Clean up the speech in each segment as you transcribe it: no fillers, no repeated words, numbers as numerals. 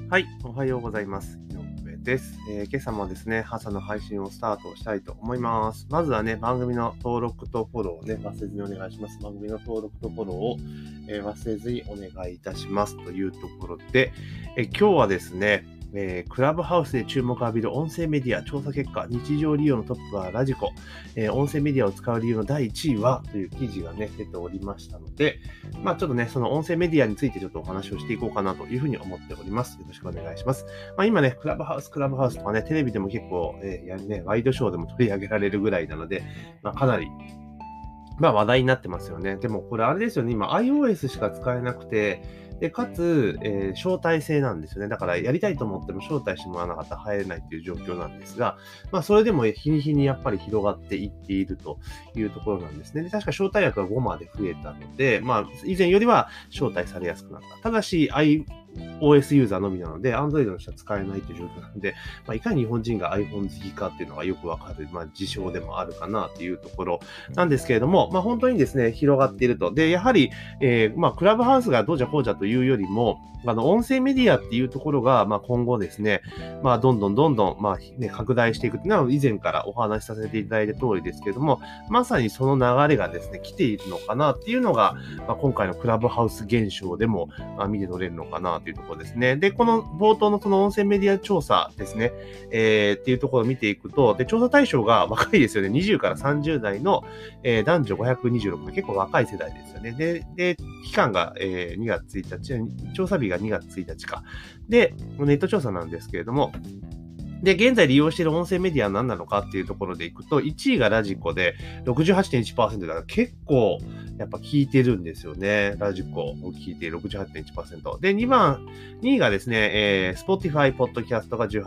はい、おはようございます。井上です。今朝もですね、朝の配信をスタートしたいと思います。まずはね、番組の登録とフォローをね、忘れずにお願いします。番組の登録とフォローを、忘れずにお願いいたしますというところで、今日はですね、クラブハウスで注目を浴びる音声メディア調査結果、日常利用のトップはラジコ、音声メディアを使う理由の第1位はという記事がね、出ておりましたので、ちょっとね、その音声メディアについてちょっとお話をしていこうかなというふうに思っております。よろしくお願いします。今ね、クラブハウスとかね、テレビでも結構、ワイドショーでも取り上げられるぐらいなので、かなり話題になってますよね。でもこれあれですよね、今 iOS しか使えなくて、で、かつ、招待制なんですよね。だからやりたいと思っても招待してもらわなかったら入れないっていう状況なんですが、それでも日に日にやっぱり広がっていっているというところなんですね。で、確か招待枠が5まで増えたので、以前よりは招待されやすくなった。ただし、OS ユーザーのみなので、Android の人は使えないという状況なので、いかに日本人が iPhone 好きかっていうのがよくわかる、事象でもあるかなっていうところなんですけれども、本当にですね、広がっていると。で、やはり、クラブハウスがどうじゃこうじゃというよりも、音声メディアっていうところが、今後ですね、どんどん、拡大していくっていうのは以前からお話しさせていただいた通りですけれども、まさにその流れがですね、来ているのかなっていうのが、今回のクラブハウス現象でも、見て取れるのかなというところですね。で、この冒頭のその音声メディア調査ですね、っていうところを見ていくと、で、調査対象が若いですよね。20から30代の、男女526名、結構若い世代ですよね。で、期間が、2月1日、調査日が2月1日か。で、ネット調査なんですけれども、で、現在利用している音声メディアは何なのかっていうところでいくと、1位がラジコで 68.1% だから結構やっぱ聞いてるんですよね。ラジコを聞いて 68.1%。で、2位がですね、Spotify Podcast が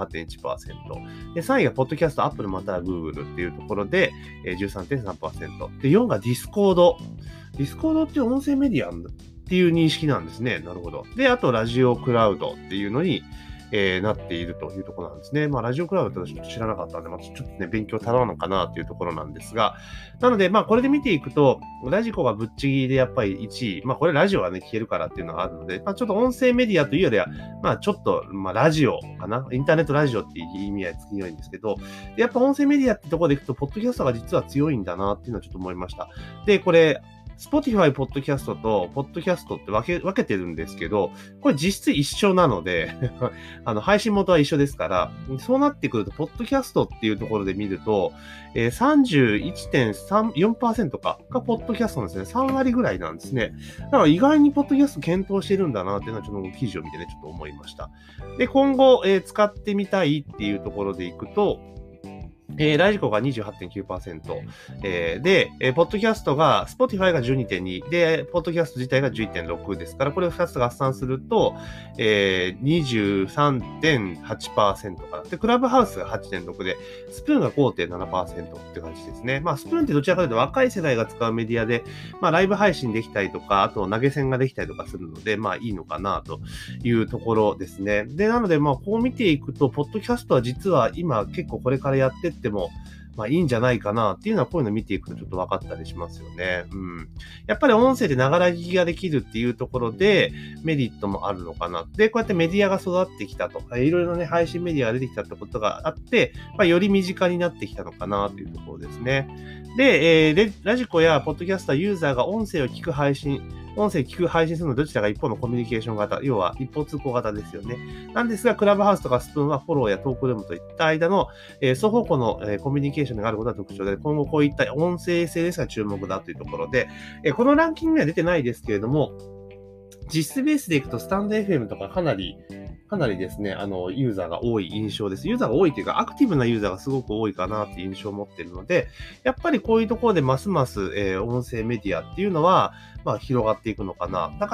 18.1%。で、3位が Podcast Apple または Google っていうところで、13.3%。で、4が Discord。Discord って音声メディアっていう認識なんですね。なるほど。で、あとラジオクラウドっていうのに、なっているというところなんですね。ラジオクラウドって私知らなかったんで、ちょっとね、勉強足らんのかなっていうところなんですが、なので、これで見ていくと、ラジコがぶっちぎりでやっぱり1位、これラジオがね、聞けるからっていうのがあるので、ちょっと音声メディアというよりは、ちょっと、ラジオかな、インターネットラジオっていう意味合い強いんですけど、やっぱ音声メディアってところでいくと、ポッドキャストが実は強いんだなっていうのはちょっと思いました。で、これ、Spotify ポッドキャストと、ポッドキャストって分けてるんですけど、これ実質一緒なので、配信元は一緒ですから、そうなってくると、ポッドキャストっていうところで見ると、31.4% か、がポッドキャストなんですね。3割ぐらいなんですね。だから意外にポッドキャスト検討してるんだなっていうのは、ちょっと記事を見てね、ちょっと思いました。で、今後、使ってみたいっていうところでいくと、ラジコが 28.9%、で、ポッドキャストが、Spotify が 12.2、で、ポッドキャスト自体が 11.6 ですから、これを2つ合算すると、23.8% かな。で、クラブハウスが 8.6 で、スプーンが 5.7% って感じですね。スプーンってどちらかというと若い世代が使うメディアで、ライブ配信できたりとか、あと投げ銭ができたりとかするので、いいのかなというところですね。で、なので、こう見ていくと、ポッドキャストは実は今結構これからやってっても、いいんじゃないかなっていうのはこういうのを見ていくとちょっと分かったりしますよね。やっぱり音声でながら聞きができるっていうところでメリットもあるのかな。で、こうやってメディアが育ってきたと。いろいろね、配信メディアが出てきたってことがあって、より身近になってきたのかなというところですね。で、ラジコやポッドキャストはユーザーが音声聞く配信するのどちらが一方のコミュニケーション型、要は一方通行型ですよね。なんですが、クラブハウスとかスプーンはフォローやトークルームといった間の、双方向の、コミュニケーションがあることが特徴で、今後こういった音声 SNS が注目だというところで、このランキングには出てないですけれども、実質ベースでいくとスタンド FM とかかなりですね、ユーザーが多い印象です。ユーザーが多いというか、アクティブなユーザーがすごく多いかなっていう印象を持っているので、やっぱりこういうところでますます、音声メディアっていうのは、広がっていくのかな。だから、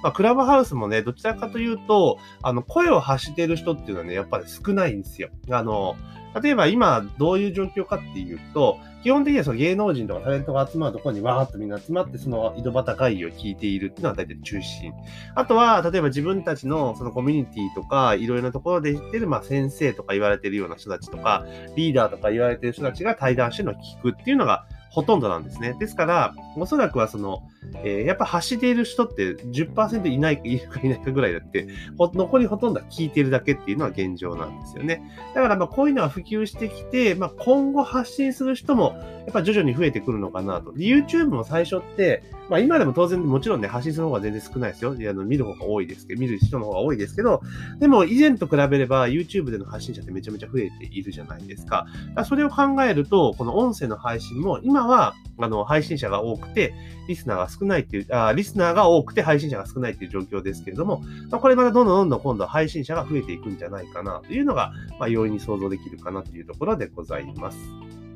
クラブハウスもね、どちらかというと、声を発している人っていうのはね、やっぱり少ないんですよ。例えば今どういう状況かっていうと、基本的にはその芸能人とかタレントが集まるところにわーっとみんな集まってその井戸端会議を聞いているっていうのは大体中心。あとは、例えば自分たちのそのコミュニティとかいろいろなところで知ってる先生とか言われているような人たちとか、リーダーとか言われている人たちが対談してるのを聞くっていうのがほとんどなんですね。ですから、おそらくはそのやっぱ発している人って 10% いるかいないかぐらいだって、残りほとんどは聞いてるだけっていうのは現状なんですよね。だからまあこういうのは普及してきて、まあ今後発信する人もやっぱ徐々に増えてくるのかなと。で YouTube も最初って、まあ今でも当然もちろんね、発信する方が全然少ないですよ。見る方が多いですけど、見る人の方が多いですけど、でも以前と比べれば YouTube での発信者ってめちゃめちゃ増えているじゃないですか。だからそれを考えると、この音声の配信も今は配信者が多くて、リスナーが少ないっていう、リスナーが多くて配信者が少ないっていう状況ですけれども、まあ、これまたどんどん今度は配信者が増えていくんじゃないかなというのが、まあ、容易に想像できるかなというところでございます。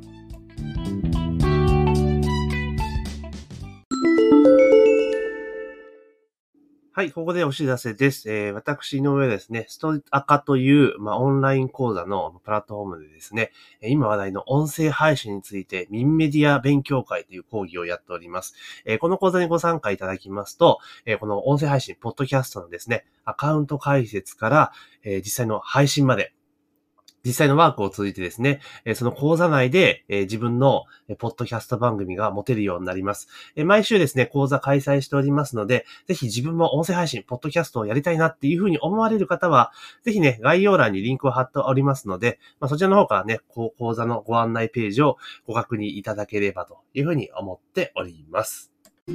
はい、ここでお知らせです。私、井上ですね、ストアカという、まあ、オンライン講座のプラットフォームでですね、今話題の音声配信について、民メディア勉強会という講義をやっております。この講座にご参加いただきますと、この音声配信、ポッドキャストのですね、アカウント開設から、実際の配信まで、実際のワークを通じてですね、その講座内で、自分のポッドキャスト番組が持てるようになります。毎週ですね、講座開催しておりますので、ぜひ自分も音声配信、ポッドキャストをやりたいなっていうふうに思われる方は、ぜひね、概要欄にリンクを貼っておりますので、そちらの方からね、講座のご案内ページをご確認いただければというふうに思っております。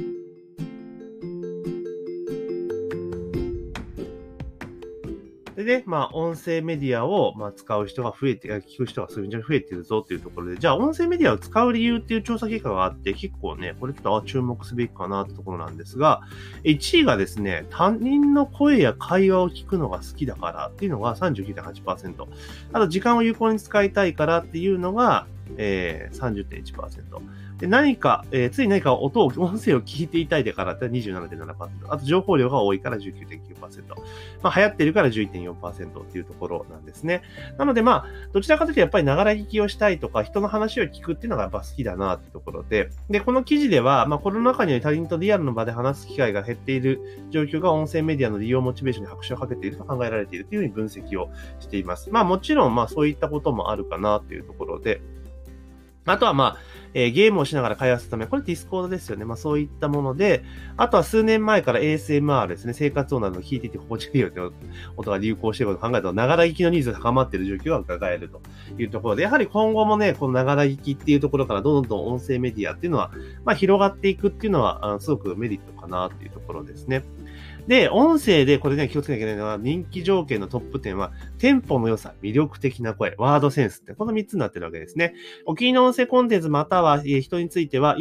でね、まあ、音声メディアを、使う人が増えて、聞く人が非常に増えてるぞっていうところで、じゃあ、音声メディアを使う理由っていう調査結果があって、結構ね、これちょっと注目すべきかなってところなんですが、1位がですね、他人の声や会話を聞くのが好きだからっていうのが 39.8%。あと、時間を有効に使いたいからっていうのが、30.1%。で、つい何か音声を聞いていたいからって 27.7%。あと、情報量が多いから 19.9%。流行ってるから 11.4% っていうところなんですね。なので、どちらかというとやっぱりながら聞きをしたいとか、人の話を聞くっていうのがやっぱ好きだなってところで、で、この記事では、コロナ禍により他人とリアルの場で話す機会が減っている状況が音声メディアの利用モチベーションに拍車をかけていると考えられているというふうに分析をしています。もちろん、そういったこともあるかなっていうところで、あとはゲームをしながら会話するため、これディスコードですよね。そういったもので、あとは数年前から ASMR ですね、生活音などを聞いていて心地いいよという音が流行していることを考えると、ながら聞きのニーズが高まっている状況が伺えるというところで、やはり今後もね、このながら聞きっていうところからどんどん音声メディアっていうのは、広がっていくっていうのは、すごくメリットかなっていうところですね。で、音声でこれね、気をつけなきゃいけないのは、人気条件のトップ10は、テンポの良さ、魅力的な声、ワードセンスって、この3つになってるわけですね。お気に入りの音声コンテンツまたは人については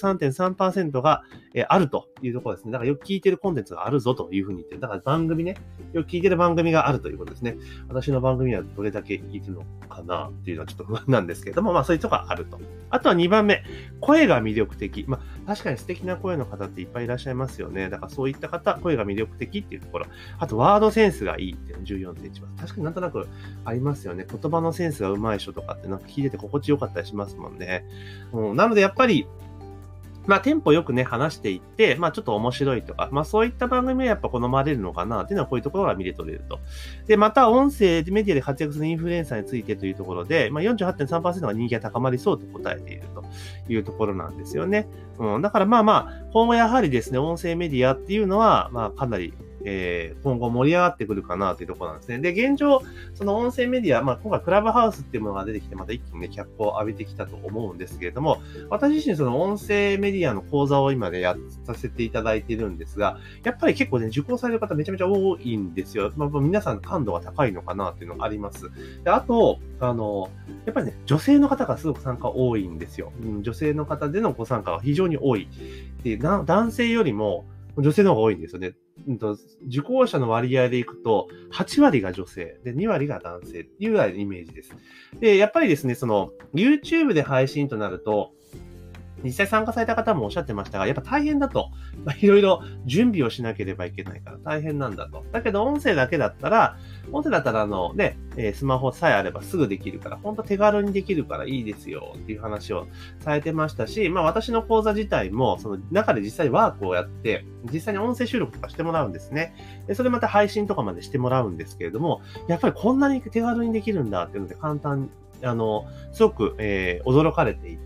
43.3% があるというところですね。だからよく聞いてるコンテンツがあるぞというふうに言ってる。だから番組ね、よく聞いてる番組があるということですね。私の番組はどれだけ聞いてるのかなっていうのはちょっと不安なんですけれども、そういうところがあると。あとは2番目、声が魅力的。確かに素敵な声の方っていっぱいいらっしゃいますよね。だからそういった方、声が魅力的っていうところ。あと、ワードセンスがいいっていうの 14.1 番。確かになんとなくありますよね。言葉のセンスが上手い人とかってなんか聞いてて心地よかったりしますもんね。なのでやっぱり、テンポよくね、話していって、ちょっと面白いとか、そういった番組はやっぱ好まれるのかなっていうのはこういうところが見れ取れると。で、また音声メディアで活躍するインフルエンサーについてというところで、48.3% が人気が高まりそうと答えているというところなんですよね。だから今後やはりですね、音声メディアっていうのは、かなり今後盛り上がってくるかなというところなんですね。で、現状、その音声メディア、今回クラブハウスっていうものが出てきて、また一気にね、脚光を浴びてきたと思うんですけれども、私自身その音声メディアの講座を今ね、やさせていただいているんですが、やっぱり結構ね、受講される方めちゃめちゃ多いんですよ。皆さん感度が高いのかなっていうのがあります。で、あと、やっぱりね、女性の方がすごく参加多いんですよ。女性の方でのご参加は非常に多い。で、男性よりも女性の方が多いんですよね。受講者の割合でいくと、8割が女性、で、2割が男性っていうぐらいのイメージです。で、やっぱりですね、YouTube で配信となると、実際参加された方もおっしゃってましたが、やっぱ大変だと。いろいろ準備をしなければいけないから大変なんだと。だけど音声だったらスマホさえあればすぐできるから、ほんと手軽にできるからいいですよっていう話をされてましたし、私の講座自体も、その中で実際ワークをやって、実際に音声収録とかしてもらうんですね。で、それまた配信とかまでしてもらうんですけれども、やっぱりこんなに手軽にできるんだっていうので簡単すごく、驚かれていて、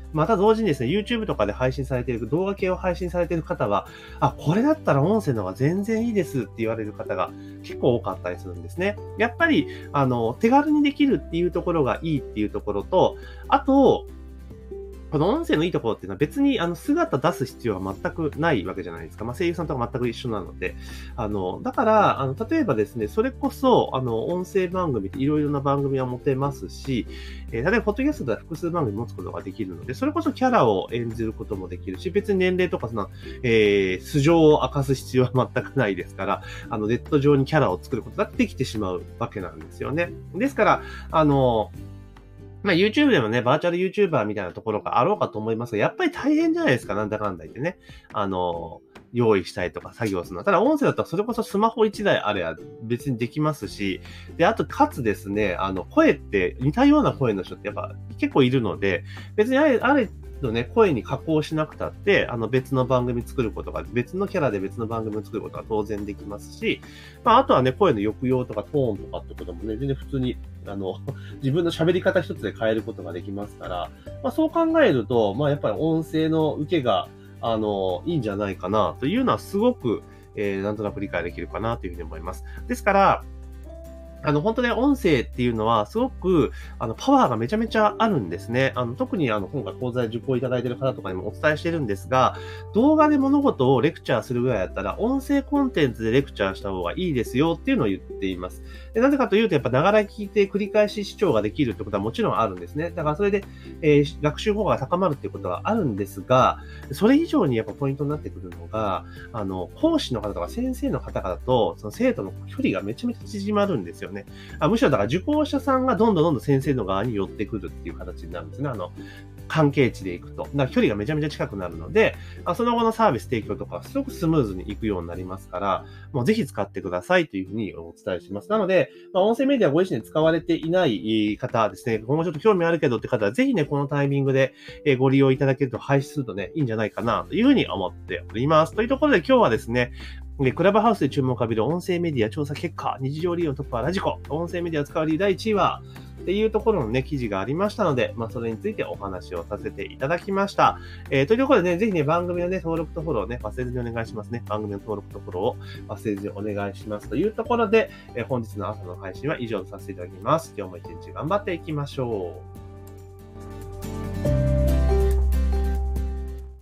また同時にですね、YouTube とかで配信されている動画系を配信されている方は、これだったら音声の方が全然いいですって言われる方が結構多かったりするんですね。やっぱり、手軽にできるっていうところがいいっていうところと、あと、この音声のいいところっていうのは別に姿出す必要は全くないわけじゃないですか。声優さんと全く一緒なので。だから、例えばですね、それこそ、音声番組っていろいろな番組は持てますし、例えば、ポッドキャストでは複数番組持つことができるので、それこそキャラを演じることもできるし、別に年齢とか素性を明かす必要は全くないですから、ネット上にキャラを作ることができてしまうわけなんですよね。ですから、YouTube でもね、バーチャル YouTuber みたいなところがあろうかと思いますが、やっぱり大変じゃないですか、なんだかんだ言ってね。用意したりとか作業するのは。ただ音声だったらそれこそスマホ1台あれば別にできますし、で、あとかつですね、声って似たような声の人ってやっぱ結構いるので、別にあれとね、声に加工しなくたって、別の番組作ることが、別のキャラで別の番組を作ることが当然できますし、あとはね、声の抑揚とかトーンとかってこともね、全然普通に、自分の喋り方一つで変えることができますから、そう考えると、やっぱり音声の受けが、いいんじゃないかなというのはすごく、なんとなく理解できるかなというふうに思います。ですから、本当ね、音声っていうのは、すごく、パワーがめちゃめちゃあるんですね。特に今回講座で受講いただいている方とかにもお伝えしてるんですが、動画で物事をレクチャーするぐらいだったら、音声コンテンツでレクチャーした方がいいですよっていうのを言っています。でなぜかというと、やっぱ、ながら聞いて繰り返し視聴ができるってことはもちろんあるんですね。だからそれで、学習効果が高まるっていうことはあるんですが、それ以上にやっぱポイントになってくるのが、講師の方とか先生の方々と、その生徒の距離がめちゃめちゃ縮まるんですよね。むしろだから受講者さんがどんどん先生の側に寄ってくるっていう形になるんですね。関係値でいくと。だから距離がめちゃめちゃ近くなるので、その後のサービス提供とかすごくスムーズにいくようになりますから、もうぜひ使ってくださいというふうにお伝えします。なので、音声メディアご自身で使われていない方ですね、今後ちょっと興味あるけどって方は、ぜひね、このタイミングでご利用いただけると配信するとね、いいんじゃないかなというふうに思っております。というところで今日はですね、クラブハウスで注目を浴びる音声メディア調査結果、日常利用トップはラジコ、音声メディアを使う理由第1位は、っていうところのね、記事がありましたので、それについてお話をさせていただきました。というところでね、ぜひね、番組のね、登録とフォローね、忘れずにお願いしますね。番組の登録とフォローを忘れずにお願いします。というところで、本日の朝の配信は以上とさせていただきます。今日も一日頑張っていきましょう。